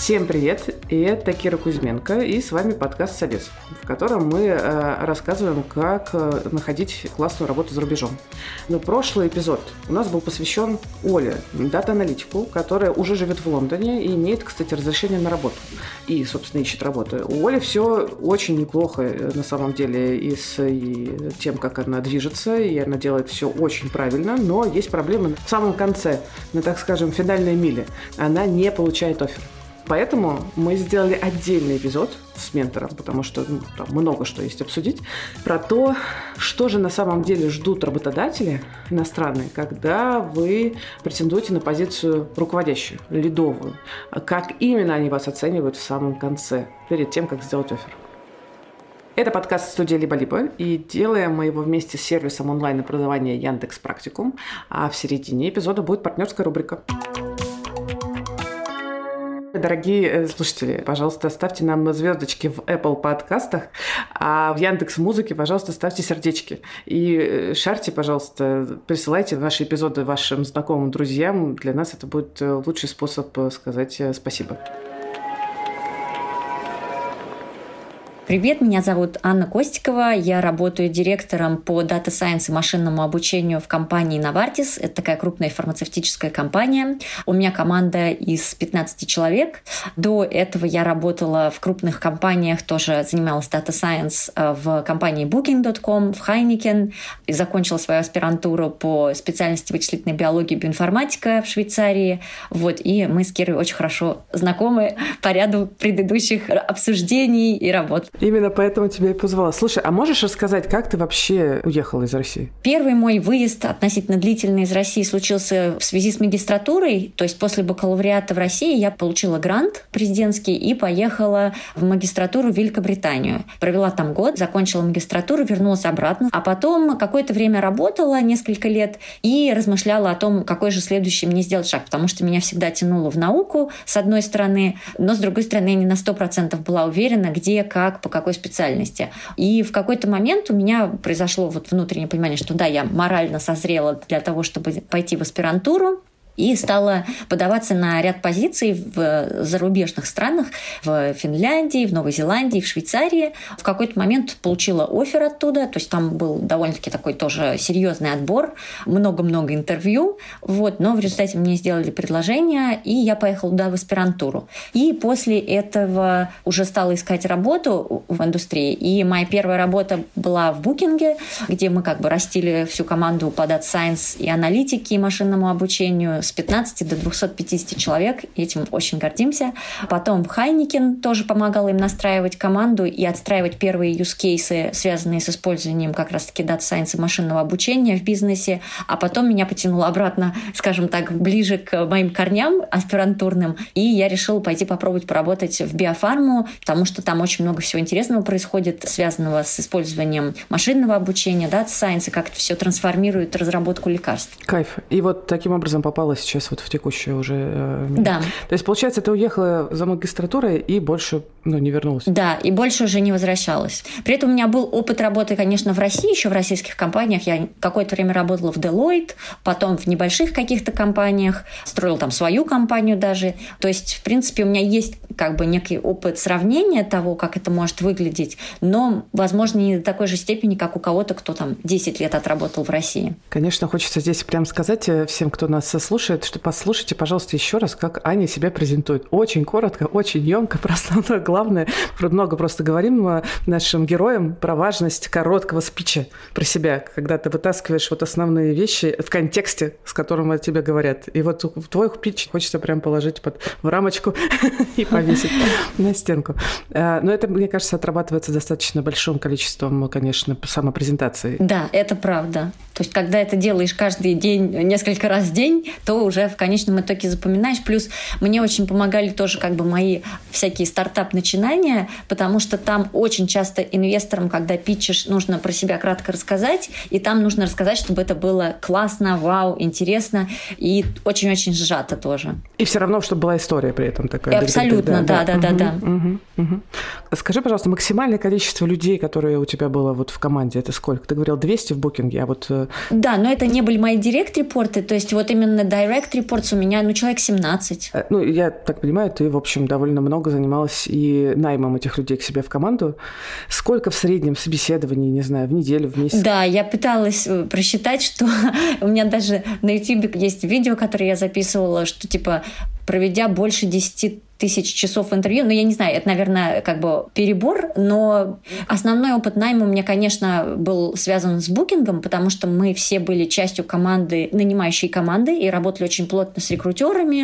Всем привет, и это Кира Кузьменко, и с вами подкаст «Собес», в котором мы рассказываем, как находить классную работу за рубежом. Но прошлый эпизод у нас был посвящен Оле, дата-аналитику, которая уже живет в Лондоне и имеет, кстати, разрешение на работу. И, собственно, ищет работу. У Оли все очень неплохо, на самом деле, и с тем, как она движется, и она делает все очень правильно, но есть проблемы в самом конце, на, так скажем, финальной миле. Она не получает оффер. Поэтому мы сделали отдельный эпизод с ментором, потому что там много что есть обсудить, про то, что же на самом деле ждут работодатели иностранные, когда вы претендуете на позицию руководящую, лидовую. Как именно они вас оценивают в самом конце, перед тем, как сделать оффер. Это подкаст студии «Либо-либо», и делаем мы его вместе с сервисом онлайн-образования Яндекс.Практикум, а в середине эпизода будет партнерская рубрика. Дорогие слушатели, пожалуйста, ставьте нам звездочки в Apple подкастах, а в Яндекс.Музыке, пожалуйста, ставьте сердечки. И шарьте, пожалуйста, присылайте наши эпизоды вашим знакомым, друзьям. Для нас это будет лучший способ сказать спасибо. Привет, меня зовут Анна Костикова, я работаю директором по Data Science и машинному обучению в компании Novartis. Это такая крупная фармацевтическая компания. У меня команда из 15 человек. До этого я работала в крупных компаниях, тоже занималась Data Science в компании Booking.com, в Heineken. И закончила свою аспирантуру по специальности вычислительной биологии и биоинформатика в Швейцарии. И мы с Кирой очень хорошо знакомы по ряду предыдущих обсуждений и работ. Именно поэтому тебя и позвала. Слушай, а можешь рассказать, как ты вообще уехала из России? Первый мой выезд относительно длительный из России случился в связи с магистратурой. То есть после бакалавриата в России я получила грант президентский и поехала в магистратуру в Великобританию. Провела там год, закончила магистратуру, вернулась обратно. А потом какое-то время работала, несколько лет, и размышляла о том, какой же следующий мне сделать шаг. Потому что меня всегда тянуло в науку, с одной стороны, но с другой стороны я не на 100% была уверена, где, как, по какой специальности. И в какой-то момент у меня произошло внутреннее понимание, что да, я морально созрела для того, чтобы пойти в аспирантуру, и стала подаваться на ряд позиций в зарубежных странах, в Финляндии, в Новой Зеландии, в Швейцарии. В какой-то момент получила оффер оттуда, то есть там был довольно-таки такой тоже серьезный отбор, много-много интервью, но в результате мне сделали предложение, и я поехала туда в аспирантуру. И после этого уже стала искать работу в индустрии, и моя первая работа была в Booking, где мы растили всю команду по Data Science и аналитике, и машинному обучению, с 15 до 250 человек. Этим очень гордимся. Потом в Heineken тоже помогала им настраивать команду и отстраивать первые use-кейсы, связанные с использованием как раз-таки Data Science и машинного обучения в бизнесе. А потом меня потянуло обратно, скажем так, ближе к моим корням аспирантурным. И я решила пойти попробовать поработать в биофарму, потому что там очень много всего интересного происходит, связанного с использованием машинного обучения, Data Science, и как это все трансформирует разработку лекарств. Кайф. И таким образом попала сейчас в текущее уже... Да. То есть, получается, ты уехала за магистратурой и больше не вернулась? Да, и больше уже не возвращалась. При этом у меня был опыт работы, конечно, в России, еще в российских компаниях. Я какое-то время работала в Deloitte, потом в небольших каких-то компаниях, строила там свою компанию даже. То есть, в принципе, у меня есть некий опыт сравнения того, как это может выглядеть, но, возможно, не до такой же степени, как у кого-то, кто там 10 лет отработал в России. Конечно, хочется здесь прям сказать всем, кто нас слушает, что послушайте, пожалуйста, еще раз, как Аня себя презентует. Очень коротко, очень емко, про основное главное. Много просто говорим нашим героям про важность короткого спича про себя, когда ты вытаскиваешь основные вещи в контексте, с которым тебе говорят. И твой спич хочется прям положить в рамочку и повесить на стенку. Но это, мне кажется, отрабатывается достаточно большим количеством, конечно, самопрезентаций. Да, это правда. То есть, когда это делаешь каждый день, несколько раз в день, то уже в конечном итоге запоминаешь. Плюс мне очень помогали тоже мои всякие стартап-начинания, потому что там очень часто инвесторам, когда питчишь, нужно про себя кратко рассказать, и там нужно рассказать, чтобы это было классно, вау, интересно, и очень-очень сжато тоже. И все равно, чтобы была история при этом такая. Абсолютно, да. Скажи, пожалуйста, максимальное количество людей, которые у тебя было в команде, это сколько? Ты говорил 200 в Booking, а Да, но это не были мои директ-репорты, то есть вот именно direct-reports у меня, человек 17. Я так понимаю, ты, в общем, довольно много занималась и наймом этих людей к себе в команду. Сколько в среднем собеседований, не знаю, в неделю, в месяц? Да, я пыталась просчитать, что у меня даже на YouTube есть видео, которое я записывала, что проведя больше 10 тысяч часов интервью. Я не знаю, это, наверное, перебор, но основной опыт найма у меня, конечно, был связан с букингом, потому что мы все были частью команды, нанимающей команды, и работали очень плотно с рекрутерами.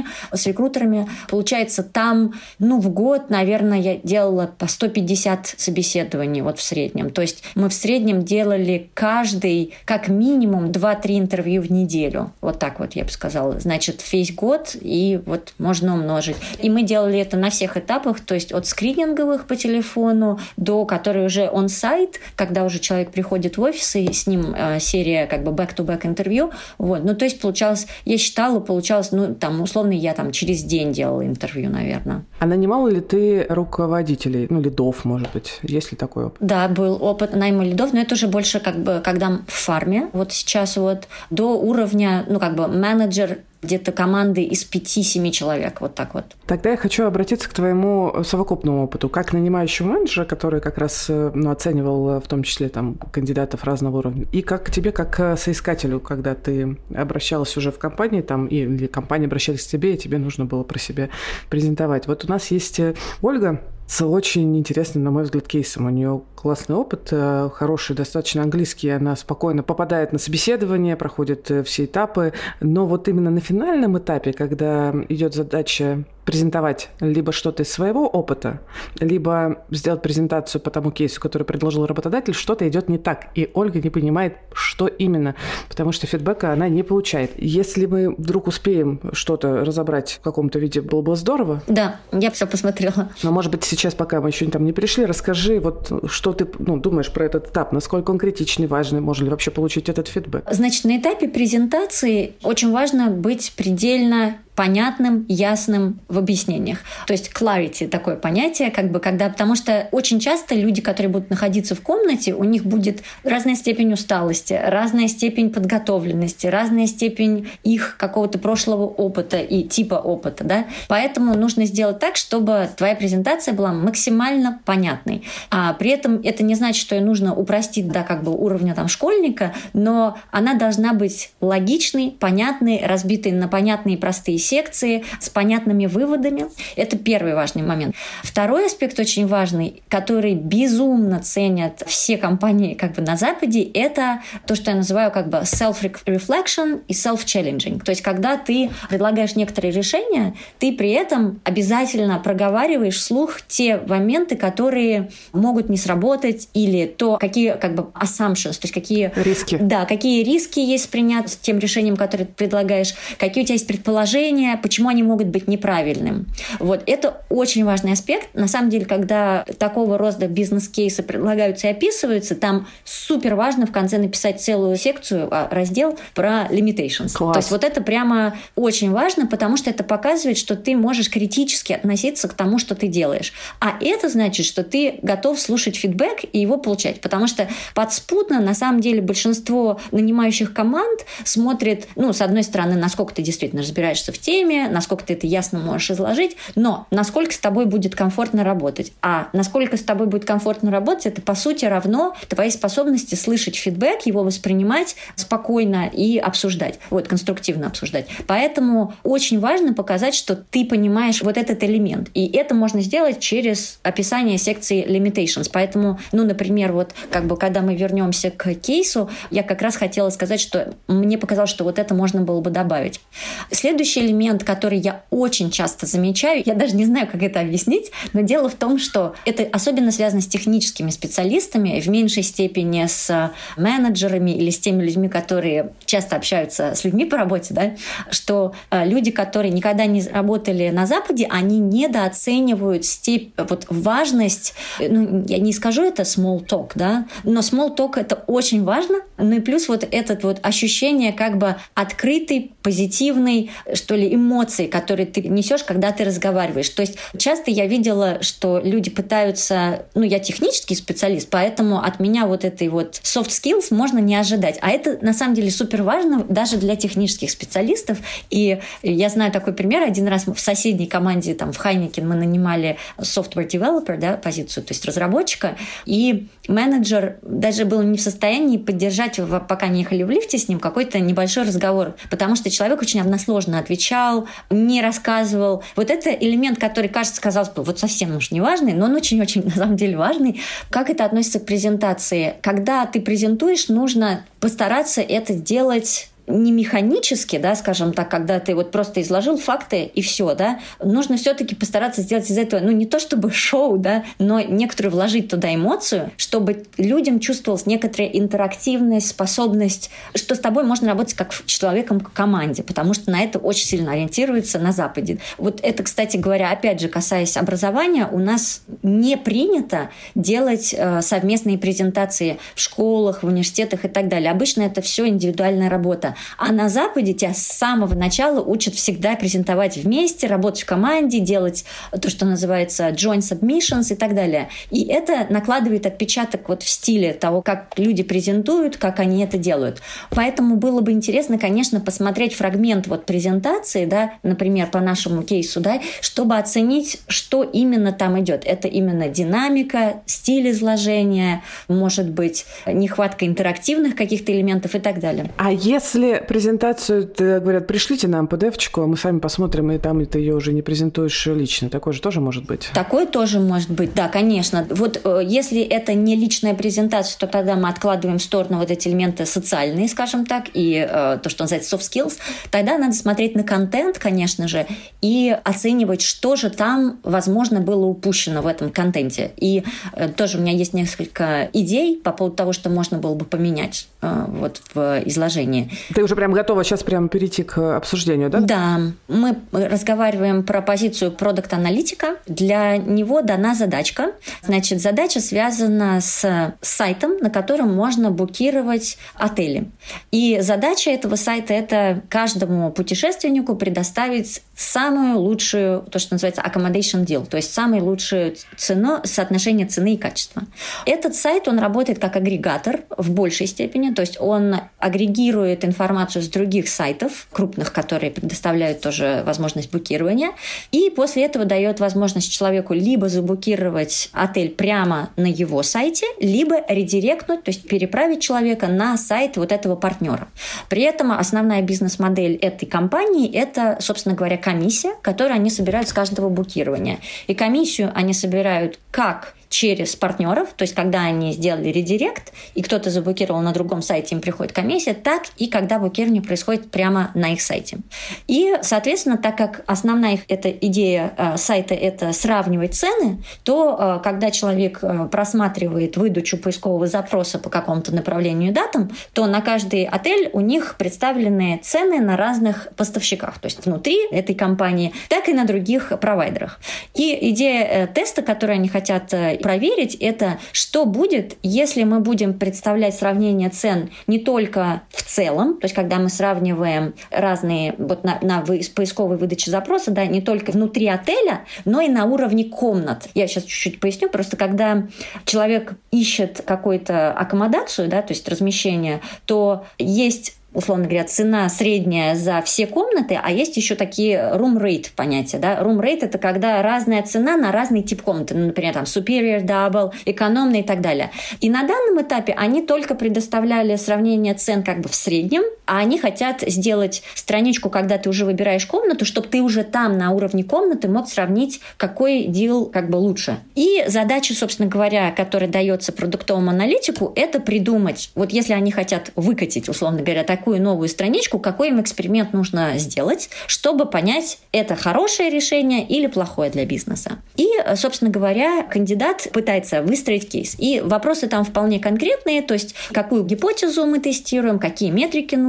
Получается, там, в год, наверное, я делала по 150 собеседований в среднем. То есть мы в среднем делали каждый, как минимум, 2-3 интервью в неделю. Вот так я бы сказала. Значит, весь год, и можно умножить. И мы делали это на всех этапах, то есть от скрининговых по телефону до которые уже on-site, когда уже человек приходит в офис, и с ним серия back-to-back интервью. То есть получалось, я считала, условно, я через день делала интервью, наверное. А нанимала ли ты руководителей, лидов, может быть? Есть ли такой опыт? Да, был опыт найма лидов, но это уже больше когда в фарме. Сейчас до уровня, менеджер, где-то команды из 5-7 человек, так. Тогда я хочу обратиться к твоему совокупному опыту, как нанимающего менеджера, который как раз оценивал в том числе кандидатов разного уровня, и как тебе, как соискателю, когда ты обращалась уже в компании, или компания обращалась к тебе, и тебе нужно было про себя презентовать. У нас есть Ольга с очень интересным, на мой взгляд, кейсом. У нее классный опыт, хороший достаточно английский, она спокойно попадает на собеседование, проходит все этапы, но именно на финальном этапе, когда идет задача презентовать либо что-то из своего опыта, либо сделать презентацию по тому кейсу, который предложил работодатель, что-то идет не так, и Ольга не понимает, что именно, потому что фидбэка она не получает. Если мы вдруг успеем что-то разобрать в каком-то виде, было бы здорово. Да, я все посмотрела. Но, может быть, сейчас, пока мы еще не пришли, расскажи, что ты думаешь про этот этап, насколько он критичный, важный, можно ли вообще получить этот фидбэк? Значит, на этапе презентации очень важно быть предельно понятным, ясным в объяснениях. То есть clarity — такое понятие, потому что очень часто люди, которые будут находиться в комнате, у них будет разная степень усталости, разная степень подготовленности, разная степень их какого-то прошлого опыта и типа опыта, да. Поэтому нужно сделать так, чтобы твоя презентация была максимально понятной. А при этом это не значит, что ее нужно упростить до уровня школьника, но она должна быть логичной, понятной, разбитой на понятные простые секции с понятными выводами. Это первый важный момент. Второй аспект очень важный, который безумно ценят все компании на Западе, это то, что я называю self-reflection и self-challenging. То есть когда ты предлагаешь некоторые решения, ты при этом обязательно проговариваешь вслух те моменты, которые могут не сработать, или то, какие assumptions, то есть какие риски. Да, какие риски есть принять с тем решением, которое ты предлагаешь, какие у тебя есть предположения, почему они могут быть неправильным. Это очень важный аспект. На самом деле, когда такого рода бизнес-кейсы предлагаются и описываются, там супер важно в конце написать целую секцию, раздел про limitations. Класс. То есть это прямо очень важно, потому что это показывает, что ты можешь критически относиться к тому, что ты делаешь. А это значит, что ты готов слушать фидбэк и его получать. Потому что подспудно, на самом деле, большинство нанимающих команд смотрит, с одной стороны, насколько ты действительно разбираешься в теме, насколько ты это ясно можешь изложить, но насколько с тобой будет комфортно работать. А насколько с тобой будет комфортно работать, это, по сути, равно твоей способности слышать фидбэк, его воспринимать спокойно и обсуждать, конструктивно обсуждать. Поэтому очень важно показать, что ты понимаешь этот элемент. И это можно сделать через описание секции limitations. Поэтому, например, когда мы вернемся к кейсу, я как раз хотела сказать, что мне показалось, что это можно было бы добавить. Следующий элемент, который я очень часто замечаю, я даже не знаю, как это объяснить, но дело в том, что это особенно связано с техническими специалистами, в меньшей степени с менеджерами или с теми людьми, которые часто общаются с людьми по работе, да, что люди, которые никогда не работали на Западе, они недооценивают важность, я не скажу это small talk, да, но small talk это очень важно, и плюс это ощущение открытой, позитивной, что ли, деле, эмоции, которые ты несешь, когда ты разговариваешь. То есть часто я видела, что люди пытаются... Я технический специалист, поэтому от меня вот этой вот soft skills можно не ожидать. А это, на самом деле, супер важно даже для технических специалистов. И я знаю такой пример. Один раз в соседней команде, там, в Heineken, мы нанимали software developer, да, позицию, то есть разработчика, и менеджер даже был не в состоянии поддержать, пока не ехали в лифте с ним, какой-то небольшой разговор, потому что человек очень односложно отвечал, не рассказывал. Вот это элемент, который, кажется, казалось бы, вот совсем уж не важный, но он очень-очень на самом деле важный. Как это относится к презентации? Когда ты презентуешь, нужно постараться это делать не механически, да, скажем так, когда ты вот просто изложил факты и все, да, нужно все-таки постараться сделать из этого, не то чтобы шоу, да, но некоторую вложить туда эмоцию, чтобы людям чувствовалась некоторая интерактивность, способность, что с тобой можно работать как с человеком в команде, потому что на это очень сильно ориентируется на Западе. Вот это, кстати говоря, опять же, касаясь образования, у нас не принято делать совместные презентации в школах, в университетах и так далее. Обычно это все индивидуальная работа. А на Западе тебя с самого начала учат всегда презентовать вместе, работать в команде, делать то, что называется joint submissions и так далее. И это накладывает отпечаток вот в стиле того, как люди презентуют, как они это делают. Поэтому было бы интересно, конечно, посмотреть фрагмент вот презентации, да, например, по нашему кейсу, да, чтобы оценить, что именно там идет. Это именно динамика, стиль изложения, может быть, нехватка интерактивных каких-то элементов и так далее. А если презентацию, говорят, пришлите нам PDF-чку, а мы сами посмотрим, и там ты ее уже не презентуешь лично. Такое же тоже может быть? Такое тоже может быть, да, конечно. Вот если это не личная презентация, то тогда мы откладываем в сторону вот эти элементы социальные, скажем так, и то, что называется soft skills. Тогда надо смотреть на контент, конечно же, и оценивать, что же там, возможно, было упущено в этом контенте. И тоже у меня есть несколько идей по поводу того, что можно было бы поменять вот в изложении. Ты уже прям готова сейчас прям перейти к обсуждению, да? Да. Мы разговариваем про позицию продакт-аналитика. Для него дана задачка. Значит, задача связана с сайтом, на котором можно букировать отели. И задача этого сайта – это каждому путешественнику предоставить самую лучшую, то, что называется accommodation deal, то есть самую лучшую цену, соотношение цены и качества. Этот сайт, он работает как агрегатор в большей степени, то есть он агрегирует информацию с других сайтов, крупных, которые предоставляют тоже возможность букирования, и после этого дает возможность человеку либо заблокировать отель прямо на его сайте, либо редиректнуть, то есть переправить человека на сайт вот этого партнера. При этом основная бизнес-модель этой компании – это, собственно говоря, комиссия, которую они собирают с каждого букирования. И комиссию они собирают как через партнеров, то есть когда они сделали редирект, и кто-то заблокировал на другом сайте, им приходит комиссия, так и когда блокирование происходит прямо на их сайте. И, соответственно, так как основная их эта идея сайта – это сравнивать цены, то когда человек просматривает выдачу поискового запроса по какому-то направлению и датам, то на каждый отель у них представлены цены на разных поставщиках, то есть внутри этой компании, так и на других провайдерах. И идея теста, которую они хотят проверить, это что будет, если мы будем представлять сравнение цен не только в целом, то есть когда мы сравниваем разные вот на поисковой выдаче запроса, да, не только внутри отеля, но и на уровне комнат. Я сейчас чуть-чуть поясню, просто когда человек ищет какую-то аккомодацию, да, то есть размещение, то есть, условно говоря, цена средняя за все комнаты, а есть еще такие room rate понятия. Да? Room rate – это когда разная цена на разный тип комнаты. Например, там superior, double, экономный и так далее. И на данном этапе они только предоставляли сравнение цен как бы в среднем, а они хотят сделать страничку, когда ты уже выбираешь комнату, чтобы ты уже там на уровне комнаты мог сравнить, какой дил как бы лучше. И задача, собственно говоря, которая дается продуктовому аналитику, это придумать, вот если они хотят выкатить, условно говоря, такую новую страничку, какой им эксперимент нужно сделать, чтобы понять, это хорошее решение или плохое для бизнеса. И, собственно говоря, кандидат пытается выстроить кейс. И вопросы там вполне конкретные, то есть какую гипотезу мы тестируем, какие метрики нужны,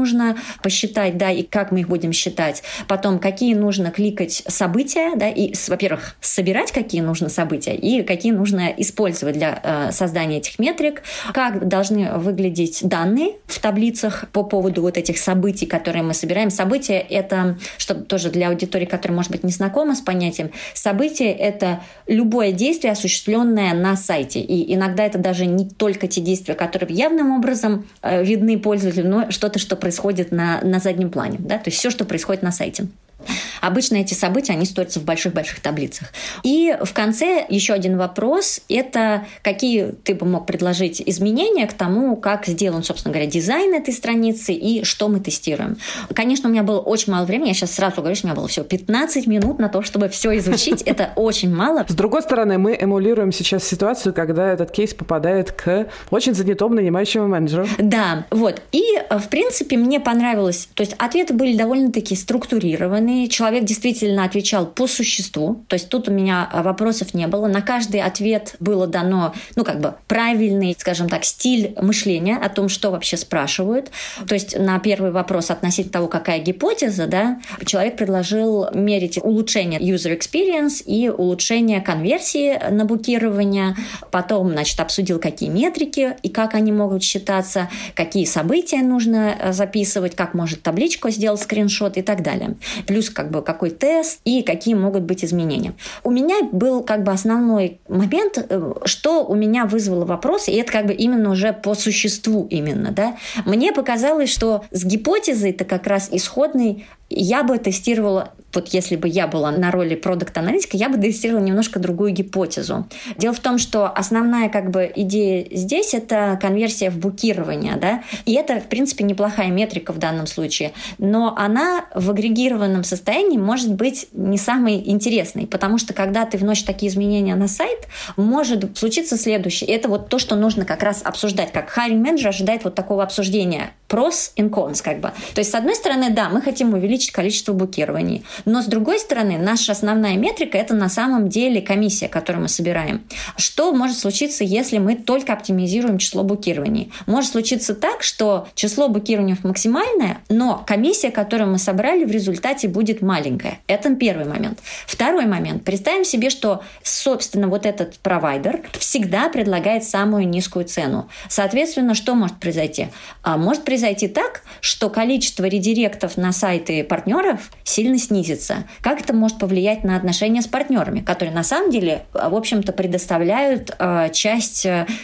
нужно посчитать, да, и как мы их будем считать. Потом, какие нужно кликать события, да, и, во-первых, собирать, какие нужно события, и какие нужно использовать для создания этих метрик, как должны выглядеть данные в таблицах по поводу вот этих событий, которые мы собираем. События — это, чтобы тоже для аудитории, которая, может быть, не знакома с понятием, событие — это любое действие, осуществленное на сайте. И иногда это даже не только те действия, которые явным образом видны пользователю, но что-то, что происходит на заднем плане. Да? То есть все, что происходит на сайте. Обычно эти события, они строятся в больших-больших таблицах. И в конце еще один вопрос – это какие ты бы мог предложить изменения к тому, как сделан, собственно говоря, дизайн этой страницы и что мы тестируем. Конечно, у меня было очень мало времени. Я сейчас сразу говорю, что у меня было всего 15 минут на то, чтобы все изучить. Это очень мало. С другой стороны, мы эмулируем сейчас ситуацию, когда этот кейс попадает к очень занятому нанимающему менеджеру. Да, вот. И, в принципе, мне понравилось. То есть ответы были довольно-таки структурированные. Человек действительно отвечал по существу. То есть тут у меня вопросов не было. На каждый ответ было дано, правильный, скажем так, стиль мышления о том, что вообще спрашивают. То есть на первый вопрос относительно того, какая гипотеза, да, человек предложил мерить улучшение user experience и улучшение конверсии на букирование. Потом, обсудил, какие метрики и как они могут считаться, какие события нужно записывать, как может табличку сделать скриншот и так далее. Плюс какой тест и какие могут быть изменения. У меня был основной момент, что у меня вызвало вопрос, и это именно уже по существу именно, да. Мне показалось, что с гипотезой-то как раз исходной я бы тестировала, вот если бы я была на роли продакт-аналитика, я бы тестировала немножко другую гипотезу. Дело в том, что основная идея здесь – это конверсия в букирование, да, и это, в принципе, неплохая метрика в данном случае, но она в агрегированном состоянии может быть не самой интересной, потому что когда ты вносишь такие изменения на сайт, может случиться следующее. Это вот то, что нужно как раз обсуждать, как hiring manager ожидает вот такого обсуждения pros and cons, То есть, с одной стороны, да, мы хотим увеличить количество букирований, но с другой стороны, наша основная метрика – это на самом деле комиссия, которую мы собираем. Что может случиться, если мы только оптимизируем число букирований? Может случиться так, что число букирований максимальное, но комиссия, которую мы собрали, в результате будет маленькая. Это первый момент. Второй момент. Представим себе, что, собственно, вот этот провайдер всегда предлагает самую низкую цену. Соответственно, что может произойти? Может произойти так, что количество редиректов на сайты партнеров сильно снизится. Как это может повлиять на отношения с партнерами, которые на самом деле, в общем-то, предоставляют часть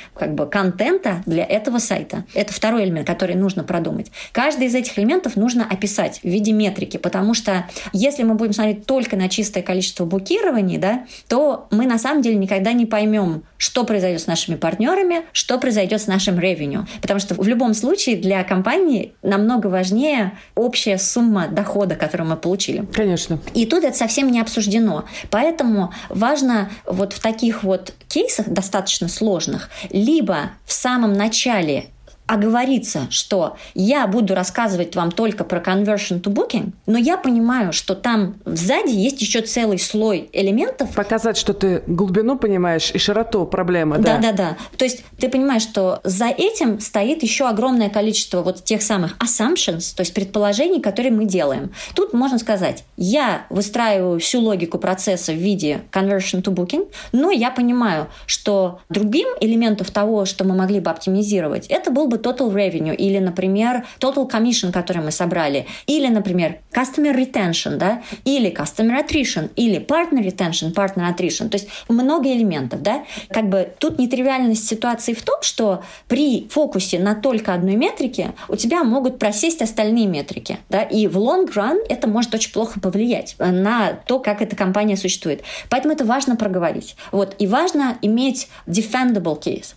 контента для этого сайта? Это второй элемент, который нужно продумать. Каждый из этих элементов нужно описать в виде метрики, потому что если мы будем смотреть только на чистое количество букирований, да, то мы на самом деле никогда не поймем, что произойдет с нашими партнерами, что произойдет с нашим ревеню. Потому что в любом случае для компании намного важнее общая сумма дохода, которую мы получили. Конечно. И тут это совсем не обсуждено. Поэтому важно вот в таких вот кейсах достаточно сложных либо в самом начале оговориться, что я буду рассказывать вам только про conversion to booking, но я понимаю, что там сзади есть еще целый слой элементов. Показать, что ты глубину понимаешь и широту проблемы. Да. То есть ты понимаешь, что за этим стоит еще огромное количество вот тех самых assumptions, то есть предположений, которые мы делаем. Тут можно сказать, я выстраиваю всю логику процесса в виде conversion to booking, но я понимаю, что другим элементом того, что мы могли бы оптимизировать, это был бы total revenue или, например, total commission, который мы собрали, или, например, customer retention, да, или customer attrition, или partner retention, partner attrition. То есть много элементов, да. Тут нетривиальность ситуации в том, что при фокусе на только одной метрике у тебя могут просесть остальные метрики, да, и в long run это может очень плохо повлиять на то, как эта компания существует. Поэтому это важно проговорить. Вот. И важно иметь defendable case,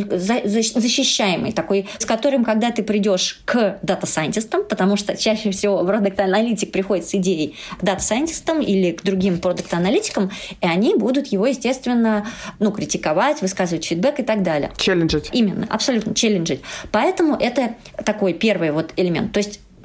защищаемый такой, с которым, когда ты придешь к дата-сайентистам, потому что чаще всего продакт-аналитик приходит с идеей к дата-сайентистам или к другим продакт-аналитикам, и они будут его, естественно, критиковать, высказывать фидбэк и так далее. Челленджить. Именно, абсолютно, челленджить. Поэтому это такой первый вот элемент. То есть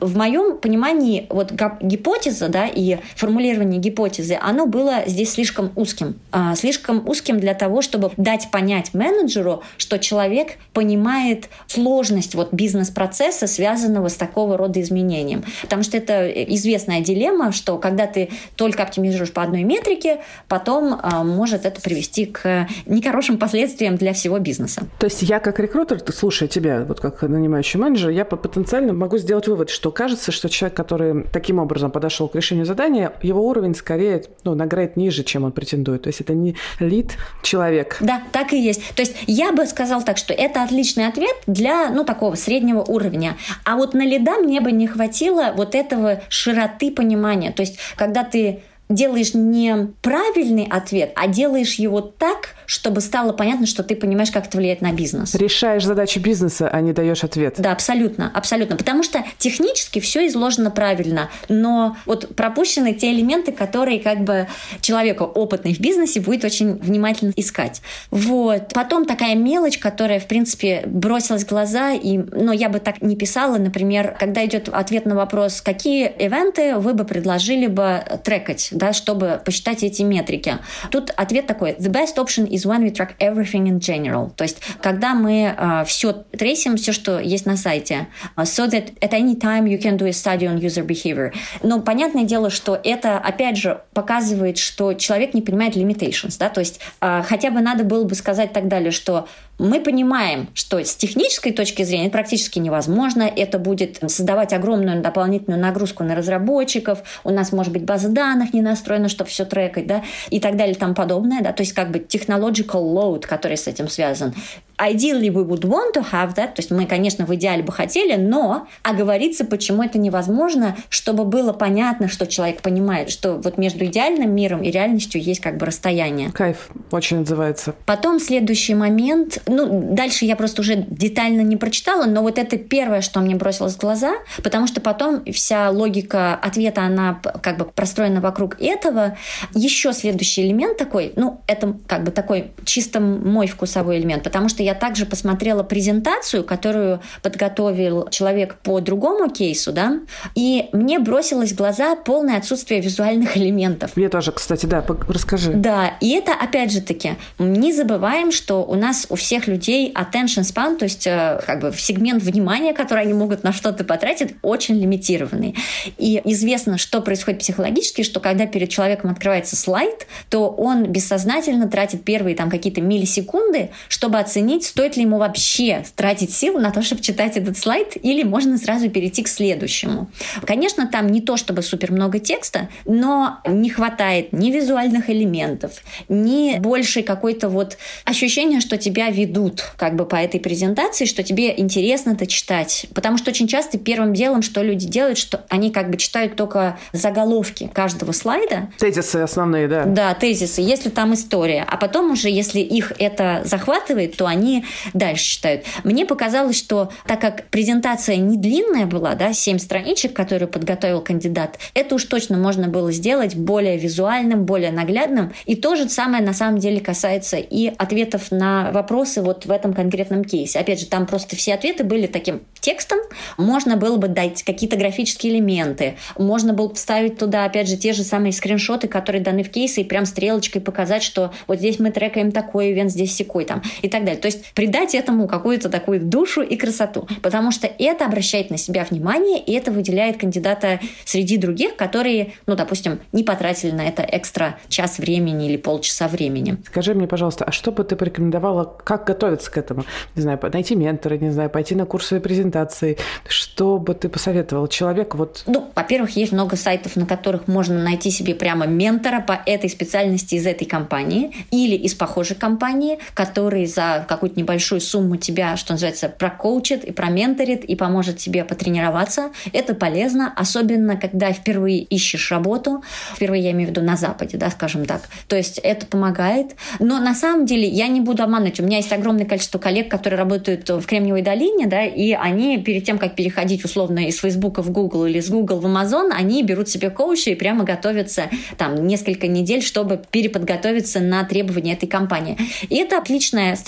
в моем понимании вот гипотеза, да, и формулирование гипотезы, оно было здесь слишком узким. Слишком узким для того, чтобы дать понять менеджеру, что человек понимает сложность вот бизнес-процесса, связанного с такого рода изменением. Потому что это известная дилемма, что когда ты только оптимизируешь по одной метрике, потом может это привести к нехорошим последствиям для всего бизнеса. То есть я как рекрутер, слушая тебя, вот как нанимающий менеджер, я потенциально могу сделать вывод, что кажется, что человек, который таким образом подошел к решению задания, его уровень скорее на грейд ниже, чем он претендует. То есть это не лид-человек. Да, так и есть. То есть я бы сказала так, что это отличный ответ для такого среднего уровня. А вот на лида мне бы не хватило вот этого широты понимания. То есть когда ты делаешь не правильный ответ, а делаешь его так, чтобы стало понятно, что ты понимаешь, как это влияет на бизнес. Решаешь задачи бизнеса, а не даешь ответ. Да, абсолютно, абсолютно. Потому что технически все изложено правильно, но вот пропущены те элементы, которые как бы человек опытный в бизнесе будет очень внимательно искать. Вот. Потом такая мелочь, которая, в принципе, бросилась в глаза, но я бы так не писала, например, когда идет ответ на вопрос, какие ивенты вы бы предложили бы трекать, да, чтобы посчитать эти метрики. Тут ответ такой: the best option is when we track everything in general. То есть, когда мы все трейсим, все, что есть на сайте, so that at any time you can do a study on user behavior. Но понятное дело, что это, опять же, показывает, что человек не понимает limitations, да, то есть хотя бы надо было бы сказать так далее, что мы понимаем, что с технической точки зрения это практически невозможно, это будет создавать огромную дополнительную нагрузку на разработчиков, у нас, может быть, база данных не настроена, чтобы все трекать, да, и так далее, и тому подобное, да, то есть как бы technological load, который с этим связан. Ideally we would want to have that, то есть мы, конечно, в идеале бы хотели, но оговориться, почему это невозможно, чтобы было понятно, что человек понимает, что вот между идеальным миром и реальностью есть как бы расстояние. Кайф, очень отзывается. Потом следующий момент, дальше я просто уже детально не прочитала, но вот это первое, что мне бросилось в глаза, потому что потом вся логика ответа, она как бы простроена вокруг этого. Еще следующий элемент такой, это как бы такой чисто мой вкусовой элемент, потому что я также посмотрела презентацию, которую подготовил человек по другому кейсу, да, и мне бросилось в глаза полное отсутствие визуальных элементов. Мне тоже, кстати, да, расскажи. Да, и это, опять же таки, не забываем, что у нас у всех людей attention span, то есть как бы сегмент внимания, который они могут на что-то потратить, очень лимитированный. И известно, что происходит психологически, что когда перед человеком открывается слайд, то он бессознательно тратит первые там какие-то миллисекунды, чтобы оценить, стоит ли ему вообще тратить силу на то, чтобы читать этот слайд, или можно сразу перейти к следующему. Конечно, там не то чтобы супер много текста, но не хватает ни визуальных элементов, ни больше какой-то вот ощущения, что тебя ведут как бы по этой презентации, что тебе интересно это читать. Потому что очень часто первым делом, что люди делают, что они как бы читают только заголовки каждого слайда. Тезисы основные, да. Да, тезисы, если там история. А потом уже, если их это захватывает, то они дальше читают. Мне показалось, что так как презентация не длинная была, да, 7 страничек, которую подготовил кандидат, это уж точно можно было сделать более визуальным, более наглядным. И то же самое на самом деле касается и ответов на вопросы вот в этом конкретном кейсе. Опять же, там просто все ответы были таким текстом. Можно было бы дать какие-то графические элементы. Можно было бы вставить туда, опять же, те же самые скриншоты, которые даны в кейсе, и прям стрелочкой показать, что вот здесь мы трекаем такой ивент, здесь секой там, и так далее. То есть придать этому какую-то такую душу и красоту. Потому что это обращает на себя внимание, и это выделяет кандидата среди других, которые, допустим, не потратили на это экстра час времени или полчаса времени. Скажи мне, пожалуйста, а что бы ты порекомендовала, как готовиться к этому? Не знаю, найти ментора, не знаю, пойти на курсы презентации. Что бы ты посоветовала человеку? Во-первых, есть много сайтов, на которых можно найти себе прямо ментора по этой специальности из этой компании или из похожей компании, который за какую-то небольшую сумму тебя, что называется, прокоучит и променторит и поможет тебе потренироваться. Это полезно, особенно когда впервые ищешь работу. Впервые я имею в виду на Западе, да, скажем так. То есть это помогает. Но на самом деле я не буду обманывать. У меня есть огромное количество коллег, которые работают в Кремниевой долине, да, и они перед тем, как переходить условно из Фейсбука в Google или из Google в Amazon, они берут себе коуча и прямо готовятся там несколько недель, чтобы переподготовиться на требования этой компании. И это отличная стратегия.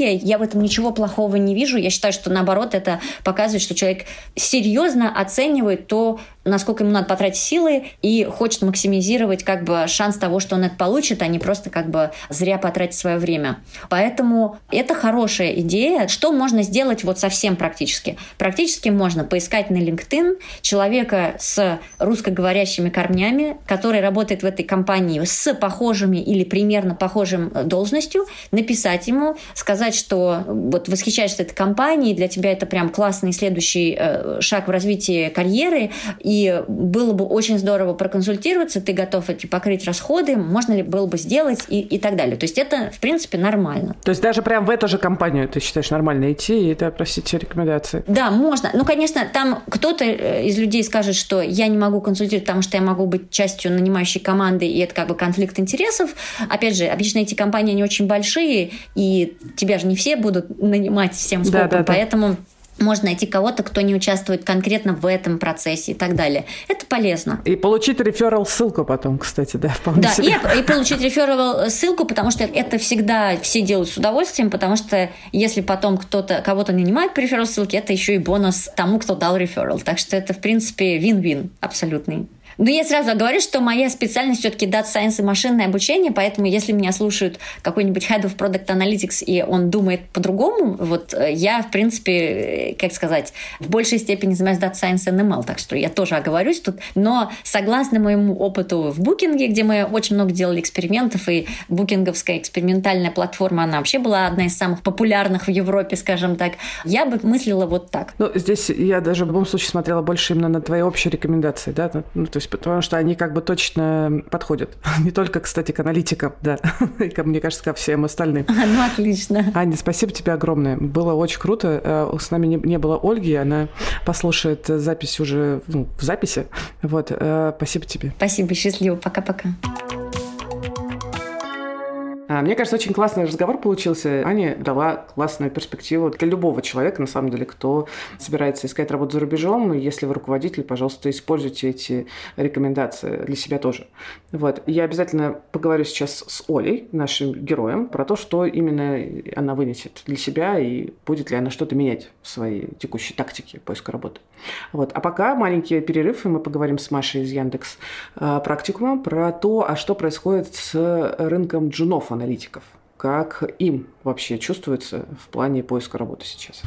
энергия. Я в этом ничего плохого не вижу. Я считаю, что наоборот, это показывает, что человек серьезно оценивает то, насколько ему надо потратить силы и хочет максимизировать как бы шанс того, что он это получит, а не просто как бы зря потратить свое время. Поэтому это хорошая идея. Что можно сделать вот совсем практически? Практически можно поискать на LinkedIn человека с русскоговорящими корнями, который работает в этой компании с похожими или примерно похожим должностью, написать ему, сказать, что вот восхищаешься этой компанией, для тебя это прям классный следующий шаг в развитии карьеры, и было бы очень здорово проконсультироваться, ты готов эти покрыть расходы, можно ли было бы сделать и так далее. То есть это, в принципе, нормально. То есть даже прям в эту же компанию ты считаешь нормально идти и просить рекомендации? Да, можно. Ну, конечно, там кто-то из людей скажет, что я не могу консультировать, потому что я могу быть частью нанимающей команды, и это как бы конфликт интересов. Опять же, обычно эти компании, они очень большие, и тебя же не все будут нанимать всем скопом, поэтому... Можно найти кого-то, кто не участвует конкретно в этом процессе и так далее. Это полезно. И получить реферал-ссылку потом, кстати, да, вполне да, себе. И получить реферал-ссылку, потому что это всегда все делают с удовольствием, потому что если потом кого-то нанимает по реферал-ссылке, это еще и бонус тому, кто дал реферал. Так что это, в принципе, вин-вин абсолютный. Но я сразу говорю, что моя специальность все-таки Data Science и машинное обучение, поэтому если меня слушают какой-нибудь Head of Product Analytics, и он думает по-другому, вот я, в принципе, как сказать, в большей степени занимаюсь Data Science и NML, так что я тоже оговорюсь тут. Но согласно моему опыту в Booking, где мы очень много делали экспериментов, и букинговская экспериментальная платформа, она вообще была одна из самых популярных в Европе, скажем так, я бы мыслила вот так. Ну, здесь я даже в любом случае смотрела больше именно на твои общие рекомендации, да, ну, то есть потому что они как бы точно подходят. Не только, кстати, к аналитикам, да, и, мне кажется, ко всем остальным. Ну, отлично. Аня, спасибо тебе огромное. Было очень круто. С нами не было Ольги, она послушает запись уже в записи. Вот, спасибо тебе. Спасибо, счастливо. Пока-пока. Мне кажется, очень классный разговор получился. Аня дала классную перспективу для любого человека, на самом деле, кто собирается искать работу за рубежом. Если вы руководитель, пожалуйста, используйте эти рекомендации для себя тоже. Вот. Я обязательно поговорю сейчас с Олей, нашим героем, про то, что именно она вынесет для себя и будет ли она что-то менять в своей текущей тактике поиска работы. Вот. А пока маленький перерыв, и мы поговорим с Машей из Яндекс Практикума про то, что происходит с рынком джунов-аналитиков, как им вообще чувствуется в плане поиска работы сейчас.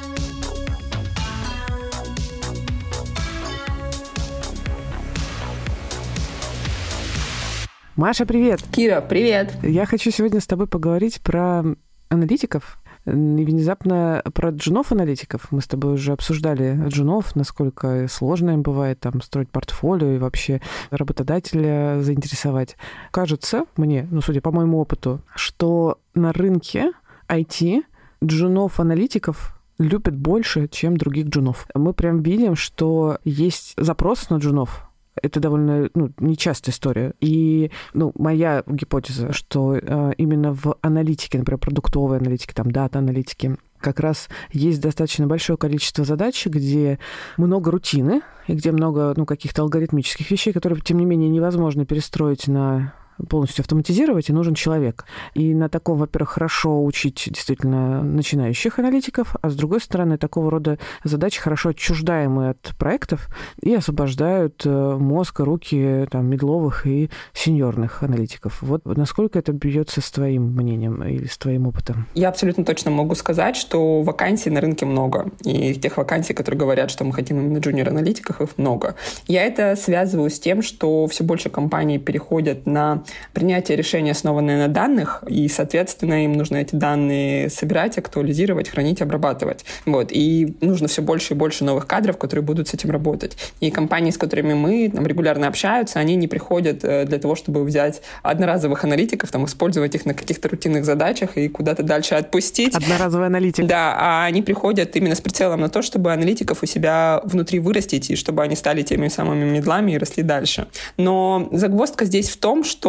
Маша, привет! Кира, привет! Я хочу сегодня с тобой поговорить про аналитиков. И внезапно про джунов-аналитиков. Мы с тобой уже обсуждали джунов, насколько сложно им бывает там строить портфолио и вообще работодателя заинтересовать. Кажется мне, судя по моему опыту, что на рынке IT джунов-аналитиков любят больше, чем других джунов. Мы прям видим, что есть запрос на джунов. Это довольно нечастая история. И моя гипотеза, что именно в аналитике, например, продуктовой аналитике, там, дата-аналитике, как раз есть достаточно большое количество задач, где много рутины, и где много каких-то алгоритмических вещей, которые, тем не менее, невозможно перестроить полностью автоматизировать, и нужен человек. И на таком, во-первых, хорошо учить действительно начинающих аналитиков, а с другой стороны, такого рода задачи хорошо отчуждаемые от проектов и освобождают мозг и руки мидловых и сеньорных аналитиков. Вот насколько это бьется с твоим мнением или с твоим опытом? Я абсолютно точно могу сказать, что вакансий на рынке много. И тех вакансий, которые говорят, что мы хотим именно джуниор-аналитиков, их много. Я это связываю с тем, что все больше компаний переходят на принятие решений, основанное на данных, и, соответственно, им нужно эти данные собирать, актуализировать, хранить, обрабатывать. Вот. И нужно все больше и больше новых кадров, которые будут с этим работать. И компании, с которыми мы регулярно общаются, они не приходят для того, чтобы взять одноразовых аналитиков, использовать их на каких-то рутинных задачах и куда-то дальше отпустить. Одноразовый аналитик. Да, а они приходят именно с прицелом на то, чтобы аналитиков у себя внутри вырастить, и чтобы они стали теми самыми медлами и росли дальше. Но загвоздка здесь в том, что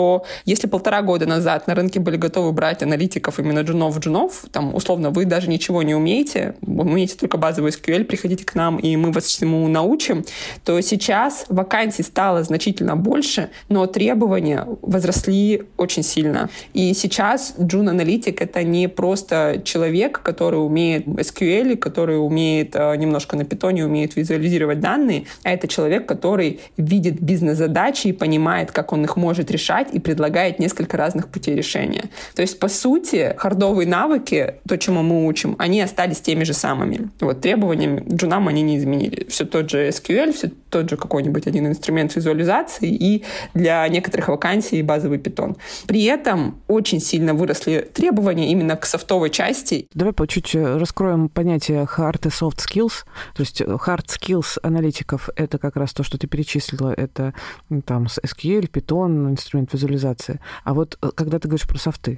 что если 1,5 года назад на рынке были готовы брать аналитиков именно джунов, там, условно, вы даже ничего не умеете, вы умеете только базовый SQL, приходите к нам, и мы вас всему научим, то сейчас вакансий стало значительно больше, но требования возросли очень сильно. И сейчас джун-аналитик — это не просто человек, который умеет SQL, который умеет немножко на питоне, умеет визуализировать данные, а это человек, который видит бизнес-задачи и понимает, как он их может решать, и предлагает несколько разных путей решения. То есть, по сути, хардовые навыки, то, чему мы учим, они остались теми же самыми. Вот, требованиям джунам они не изменили. Все тот же SQL, все тот же какой-нибудь один инструмент визуализации и для некоторых вакансий базовый питон. При этом очень сильно выросли требования именно к софтовой части. Давай чуть раскроем понятие hard и soft skills. То есть hard skills аналитиков — это как раз то, что ты перечислила, это там SQL, Python, инструмент визуализации. А вот когда ты говоришь про софты,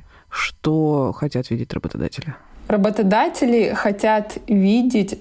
что хотят видеть работодатели? Работодатели хотят видеть,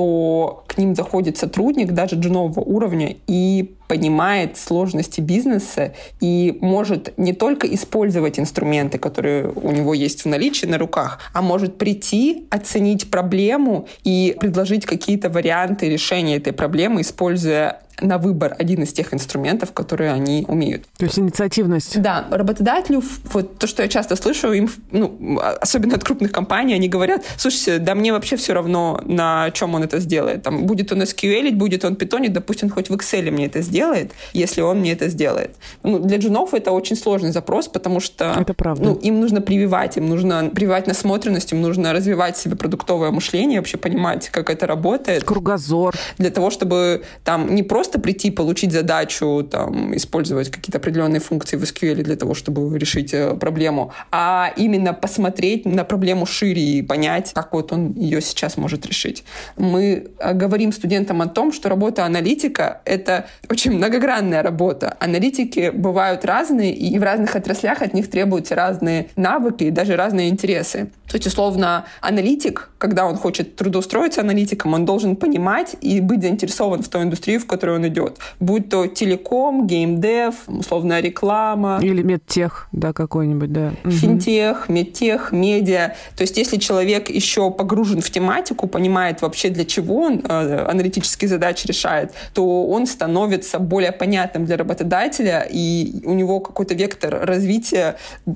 что к ним заходит сотрудник даже джунового уровня и понимает сложности бизнеса и может не только использовать инструменты, которые у него есть в наличии на руках, а может прийти, оценить проблему и предложить какие-то варианты решения этой проблемы, используя на выбор один из тех инструментов, которые они умеют. То есть инициативность. Да, работодателю, вот то, что я часто слышу, им, особенно от крупных компаний, они говорят: слушайте, да мне вообще все равно, на чем он это сделает. Там, будет он SQL, будет он питонить, да пусть он хоть в Excel мне это сделает, если он мне это сделает. Для джунов это очень сложный запрос, потому что это правда. Им нужно прививать насмотренность, им нужно развивать в себе продуктовое мышление, вообще понимать, как это работает. Кругозор. Для того, чтобы там не просто прийти, получить задачу, там, использовать какие-то определенные функции в SQL для того, чтобы решить проблему, а именно посмотреть на проблему шире и понять, как вот он ее сейчас может решить. Мы говорим студентам о том, что работа аналитика — это очень многогранная работа. Аналитики бывают разные, и в разных отраслях от них требуются разные навыки и даже разные интересы. То есть, условно, аналитик, когда он хочет трудоустроиться аналитиком, он должен понимать и быть заинтересован в той индустрии, в которой он идет. Будь то телеком, геймдев, условно, реклама. Или медтех, да, какой-нибудь, да. Финтех, медтех, медиа. То есть, если человек еще погружен в тематику, понимает вообще, для чего он аналитические задачи решает, то он становится более понятным для работодателя, и у него какой-то вектор развития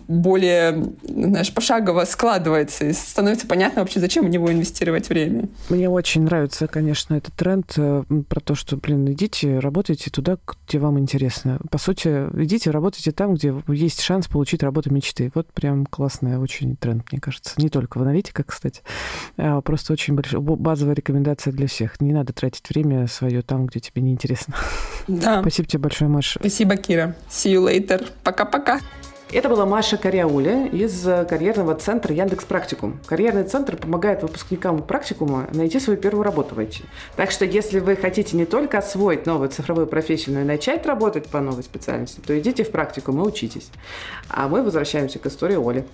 более, пошагово складывается, и становится понятно вообще, зачем в него инвестировать время. Мне очень нравится, конечно, этот тренд про то, что, идите, работайте туда, где вам интересно. По сути, идите, работайте там, где есть шанс получить работу мечты. Вот прям классный очень тренд, мне кажется. Не только в аналитиках, кстати, а просто очень базовая рекомендация для всех. Не надо тратить время свое там, где тебе неинтересно. Да. Спасибо тебе большое, Маша. Спасибо, Кира. See you later. Пока-пока. Это была Маша Каряуля из карьерного центра Яндекс.Практикум. Карьерный центр помогает выпускникам практикума найти свою первую работу в IT. Так что, если вы хотите не только освоить новую цифровую профессию, но и начать работать по новой специальности, то идите в практикум и учитесь. А мы возвращаемся к истории Оли.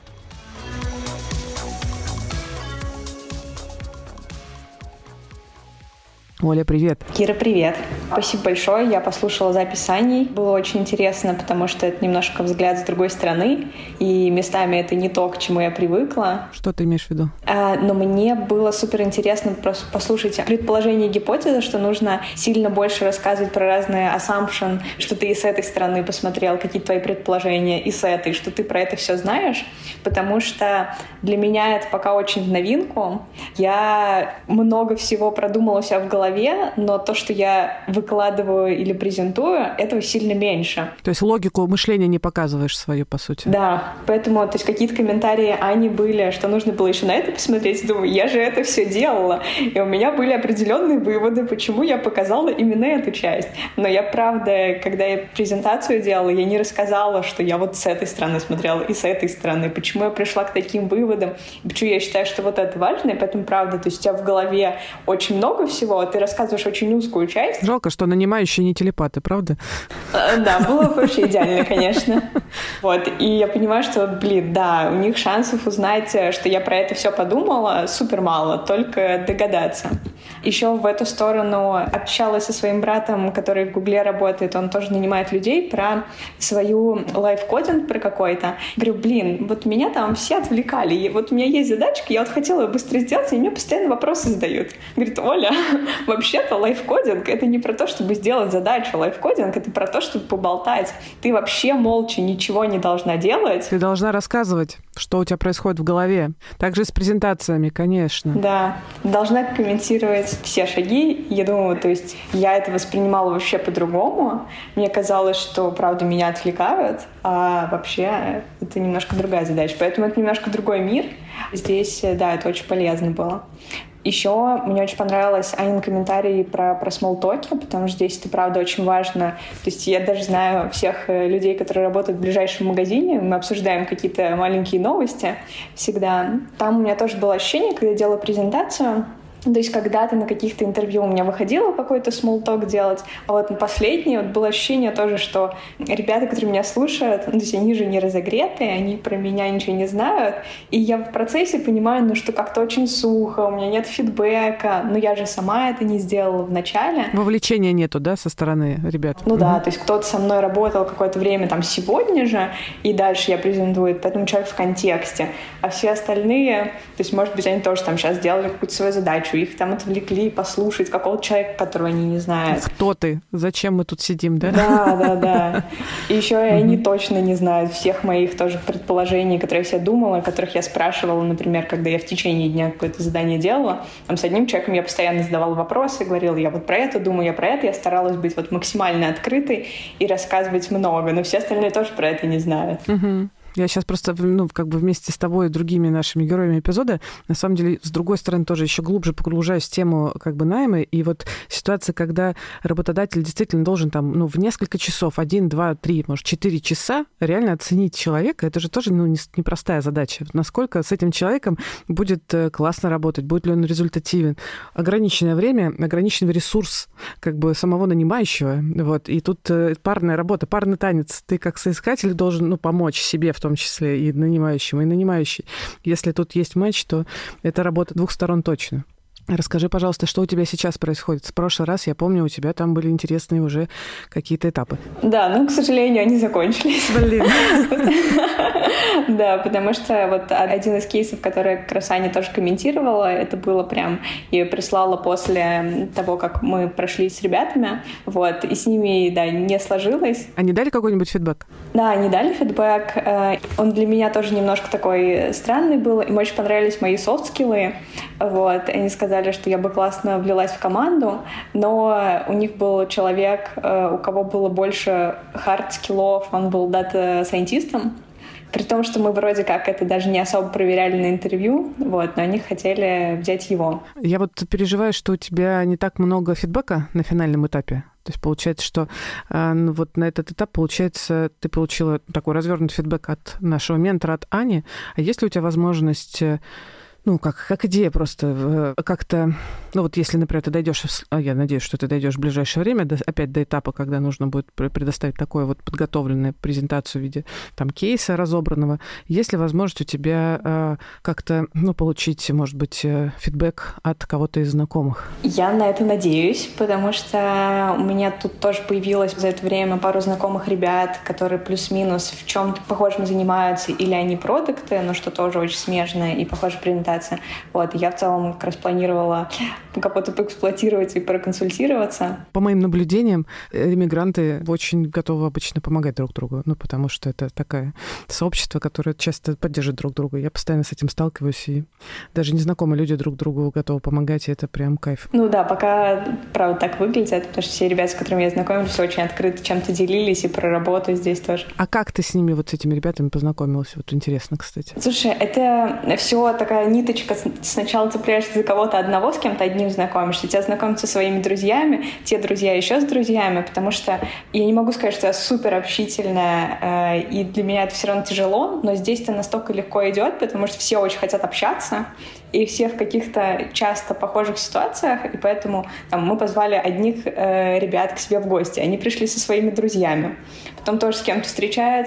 Оля, привет. Кира, привет. Спасибо большое. Я послушала запись Ани. Было очень интересно, потому что это немножко взгляд с другой стороны, и местами это не то, к чему я привыкла. Что ты имеешь в виду? Но мне было супер интересно просто послушать предположение и гипотезы, что нужно сильно больше рассказывать про разные assumption, что ты и с этой стороны посмотрел, какие твои предположения, и с этой, что ты про это все знаешь, потому что для меня это пока очень в новинку. Я много всего продумала у себя в голове, но то, что я выкладываю или презентую, этого сильно меньше. То есть логику мышления не показываешь свою, по сути? Да, поэтому то есть какие-то комментарии Ани были, что нужно было еще на это посмотреть. Думаю, я же это все делала. И у меня были определенные выводы, почему я показала именно эту часть. Но я, правда, когда я презентацию делала, я не рассказала, что я вот с этой стороны смотрела и с этой стороны, почему я пришла к таким выводам, и почему я считаю, что вот это важно. И поэтому, правда, то есть у тебя в голове очень много всего, а ты рассказываешь очень узкую часть. Жалко, что нанимающие не телепаты, правда? Да, было бы вообще идеально, конечно. Вот, и я понимаю, что, да, у них шансов узнать, что я про это все подумала, супер мало, только догадаться. Еще в эту сторону общалась со своим братом, который в Гугле работает, он тоже нанимает людей, про свою лайфкодинг про какой-то. Говорю, вот меня там все отвлекали, и вот у меня есть задачка, я вот хотела ее быстро сделать, и мне постоянно вопросы задают. Говорит, Оля, вообще-то лайфкодинг — это не про то, чтобы сделать задачу, лайфкодинг — это про то, чтобы поболтать. Ты вообще молча ничего не должна делать. Ты должна рассказывать, что у тебя происходит в голове. Также с презентациями, конечно. Да, должна комментировать все шаги. Я думаю, то есть я это воспринимала вообще по-другому. Мне казалось, что, правда, меня отвлекают, а вообще это немножко другая задача. Поэтому это немножко другой мир. Здесь, да, это очень полезно было. Еще мне очень понравилось Анин комментарий про смоллтоки, потому что здесь это, правда, очень важно. То есть я даже знаю всех людей, которые работают в ближайшем магазине, мы обсуждаем какие-то маленькие новости всегда. Там у меня тоже было ощущение, когда я делала презентацию, то есть когда-то на каких-то интервью у меня выходило какой-то смоллток делать, а вот на последнее было ощущение тоже, что ребята, которые меня слушают, то есть они же не разогретые, они про меня ничего не знают, и я в процессе понимаю, что как-то очень сухо, у меня нет фидбэка, но я же сама это не сделала в начале. Вовлечения нету, да, со стороны ребят? Да, то есть кто-то со мной работал какое-то время там сегодня же, и дальше я презентую, поэтому человек в контексте, а все остальные, то есть, может быть, они тоже там сейчас сделали какую-то свою задачу, их там отвлекли послушать какого-то человека, которого они не знают. Кто ты? Зачем мы тут сидим, да? Да. И еще и они точно не знают всех моих тоже предположений, которые я себе думала, которых я спрашивала, например, когда я в течение дня какое-то задание делала. Там с одним человеком я постоянно задавала вопросы, говорила, я вот про это думаю, я про это. Я старалась быть вот максимально открытой и рассказывать много, но все остальные тоже про это не знают. Я сейчас просто, вместе с тобой и другими нашими героями эпизода, на самом деле, с другой стороны, тоже еще глубже погружаюсь в тему найма. И вот ситуация, когда работодатель действительно должен в несколько часов, 1, 2, 3, может, 4 часа реально оценить человека, это же тоже, непростая задача. Насколько с этим человеком будет классно работать, будет ли он результативен. Ограниченное время, ограниченный ресурс самого нанимающего. Вот. И тут парная работа, парный танец. Ты как соискатель должен, помочь себе в том числе и нанимающему, и нанимающий. Если тут есть матч, то это работа двух сторон точно. Расскажи, пожалуйста, что у тебя сейчас происходит? В прошлый раз, я помню, у тебя там были интересные уже какие-то этапы. Да, к сожалению, они закончились. Блин. Да, потому что вот один из кейсов, который как раз Аня тоже комментировала, это было прям, я ее прислала после того, как мы прошли с ребятами, вот, и с ними, да, не сложилось. Они дали какой-нибудь фидбэк? Да, они дали фидбэк. Он для меня тоже немножко такой странный был. Им очень понравились мои софт-скиллы. Вот. Они сказали, что я бы классно влилась в команду, но у них был человек, у кого было больше хард-скиллов, он был дата-сайентистом. При том, что мы вроде как это даже не особо проверяли на интервью, вот, но они хотели взять его. Я вот переживаю, что у тебя не так много фидбэка на финальном этапе. То есть получается, что вот на этот этап, получается, ты получила такой развернутый фидбэк от нашего ментора, от Ани. А есть ли у тебя возможность... как идея просто как-то... если, например, ты дойдешь, я надеюсь, что ты дойдешь в ближайшее время, опять до этапа, когда нужно будет предоставить такую вот подготовленную презентацию в виде кейса разобранного. Есть ли возможность у тебя как-то, получить, может быть, фидбэк от кого-то из знакомых? Я на это надеюсь, потому что у меня тут тоже появилось за это время пару знакомых ребят, которые плюс-минус в чем-то похожем занимаются, или они продукты, но что тоже очень смежное и похожая презентация. Вот, я в целом как раз планировала кого-то поэксплуатировать и проконсультироваться. По моим наблюдениям, иммигранты очень готовы обычно помогать друг другу, потому что это такое сообщество, которое часто поддерживает друг друга. Я постоянно с этим сталкиваюсь, и даже незнакомые люди друг другу готовы помогать, и это прям кайф. Да, пока, правда, так выглядит, потому что все ребята, с которыми я знакомилась, очень открыто чем-то делились, и про работу здесь тоже. А как ты с ними, с этими ребятами познакомилась? Вот интересно, кстати. Слушай, это все такая ниточка. Сначала цепляешься за кого-то одного, с кем-то одним знакомишься, тебя знакомятся со своими друзьями, те друзья еще с друзьями, потому что я не могу сказать, что я супер общительная, и для меня это все равно тяжело, но здесь это настолько легко идет, потому что все очень хотят общаться, и все в каких-то часто похожих ситуациях, и поэтому мы позвали одних ребят к себе в гости, они пришли со своими друзьями, потом тоже с кем-то встречаются,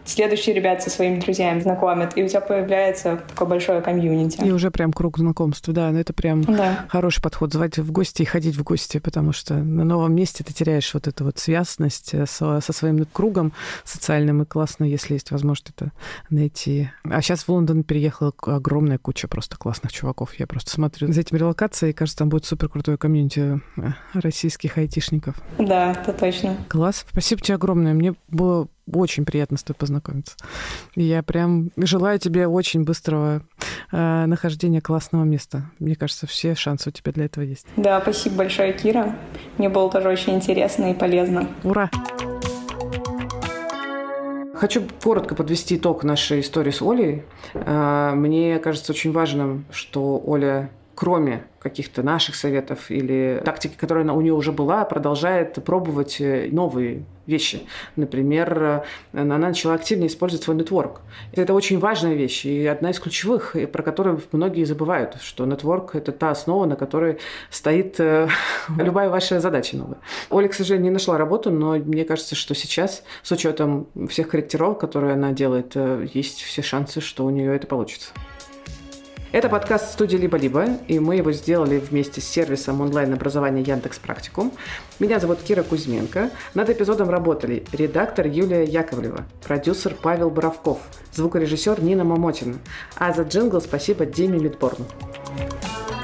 следующие ребята со своими друзьями знакомят, и у тебя появляется такое большое комьюнити. И уже прям круг знакомств, да, но это прям хороший подход, звать в гости и ходить в гости, потому что на новом месте ты теряешь вот эту вот связность со своим кругом социальным, и классно, если есть возможность это найти. А сейчас в Лондон переехала огромная куча просто классных чуваков. Я просто смотрю за этими релокациями, и кажется, там будет супер крутое комьюнити российских айтишников. Да, это точно. Класс. Спасибо тебе огромное. Мне было очень приятно с тобой познакомиться. Я прям желаю тебе очень быстрого нахождения классного места. Мне кажется, все шансы у тебя для этого есть. Да, спасибо большое, Кира. Мне было тоже очень интересно и полезно. Ура! Хочу коротко подвести итог нашей истории с Олей. Мне кажется очень важным, что Оля, кроме каких-то наших советов или тактики, которая у нее уже была, продолжает пробовать новые вещи. Например, она начала активнее использовать свой нетворк. Это очень важная вещь и одна из ключевых, про которую многие забывают, что нетворк – это та основа, на которой стоит любая ваша задача новая. Оля, к сожалению, не нашла работу, но мне кажется, что сейчас, с учетом всех корректировок, которые она делает, есть все шансы, что у нее это получится. Это подкаст студии «Либо-либо», и мы его сделали вместе с сервисом онлайн-образования Яндекс.Практикум. Меня зовут Кира Кузьменко. Над эпизодом работали редактор Юлия Яковлева, продюсер Павел Боровков, звукорежиссер Нина Мамотина. А за джингл спасибо Диме Мидборну.